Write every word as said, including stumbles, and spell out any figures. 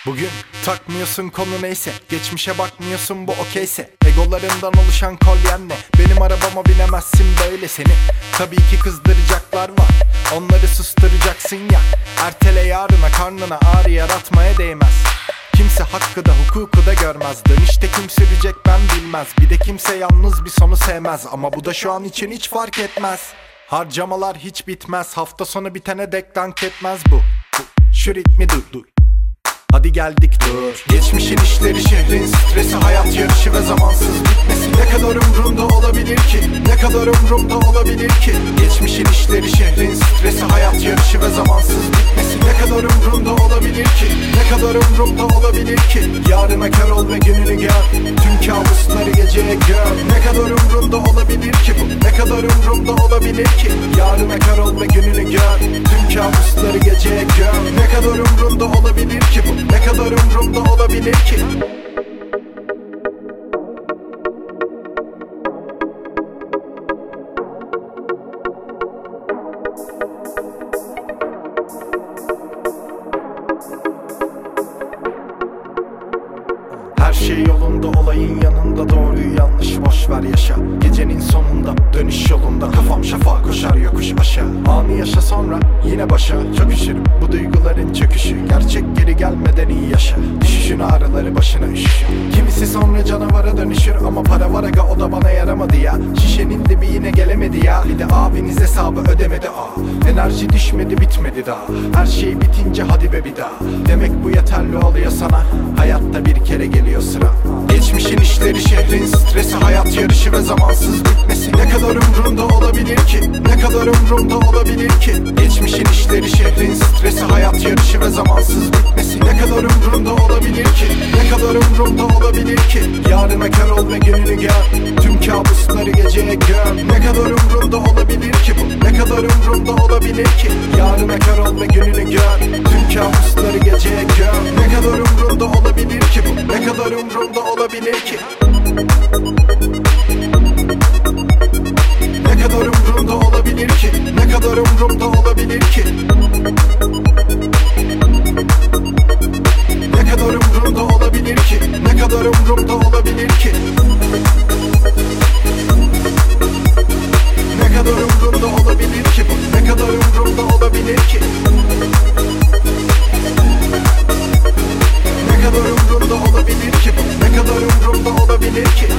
Bugün takmıyorsun konu neyse, geçmişe bakmıyorsun bu okeyse. Egolarından oluşan kolyenle benim arabama binemezsin böyle seni. Tabii ki kızdıracaklar var, onları susturacaksın ya. Ertele yarına, karnına ağrı yaratmaya değmez. Kimse hakkı da hukuku da görmez. Dönüşte kim sürecek ben bilmez. Bir de kimse yalnız bir sonu sevmez. Ama bu da şu an için hiç fark etmez. Harcamalar hiç bitmez, hafta sonu bitene dek dank etmez bu, bu. Şu ritmi duy duy. Hadi geldik dur. Geçmişin işleri, şehrin stresi, hayat yarışı ve zamansız bitmesi. Ne kadar umrumda olabilir ki? Ne kadar umrumda olabilir ki? Geçmişin işleri, şehrin stresi, hayat yarışı ve zamansız bitmesi. Ne kadar umrumda olabilir ki? Ne kadar umrumda olabilir ki? Yarına kör ol ve gününü gör. Tüm kabusları geceye gör. Ne kadar umrumda olabilir ki bu? Ne kadar umrumda olabilir ki? Yarına kör ol ve gününü gör. Tüm kabusları geceye gör. Ne kadar umrumda olabilir ki bu? Ne kadar umrumda olabilir ki? Her şey yolunda, olayın yanında, doğruyu yanlış boşver yaşa. Gecenin sonunda, dönüş yolunda, kafam şafağa koşar yokuş aşağı. Anı yaşa, sonra yine başa. Çok üşürüm bu duyguların çöküşü. Gerçek geri gelmeden iyi yaşa. Düşüşün ağrıları başına üşüşür. Kimisi sonra canavara dönüşür. Ama para var aga, o da bana yaramadı ya. Şişenin dibi yine gelemedi ya. Bir de abiniz hesabı ödemedi aa. Enerji düşmedi, bitmedi daha. Her şey bitince hadi be bir daha. Demek bu yeterli oluyor sana. Hayatta bir kere geliyor sıra. Geçmişin işleri, şehrin stresi, hayat yarışı ve zamansız bitmesi. Ne kadar umrumda olabilir ki? Ne kadar umrumda olabilir ki? Geçmişin işleri, şehrin stresi, hayat yarışı ve zamansız bitmesi. Ne kadar umrumda olabilir ki? Ne kadar umrumda olabilir ki? Yarına kör ol ve gününü gör. Tüm kabusları geceye gör. Ne kadar umrumda olabilir ki bu? Ne kadar umrumda olabilir ki? Yarına kör ol ve gününü gör. Tüm kabusları geceye gör. Ne kadar umrumda olabilir ki bu? Ne kadar umrumda olabilir ki? Ne kadar umrumda olabilir ki? Ne kadar umrumda olabilir ki? Ne kadar umrumda olabilir ki? Ne kadar umrumda olabilir ki? Ne kadar umrumda olabilir ki bu? Ne kadar umrumda olabilir ki? Ne kadar umrumda olabilir ki bu? Ne kadar umrumda olabilir ki?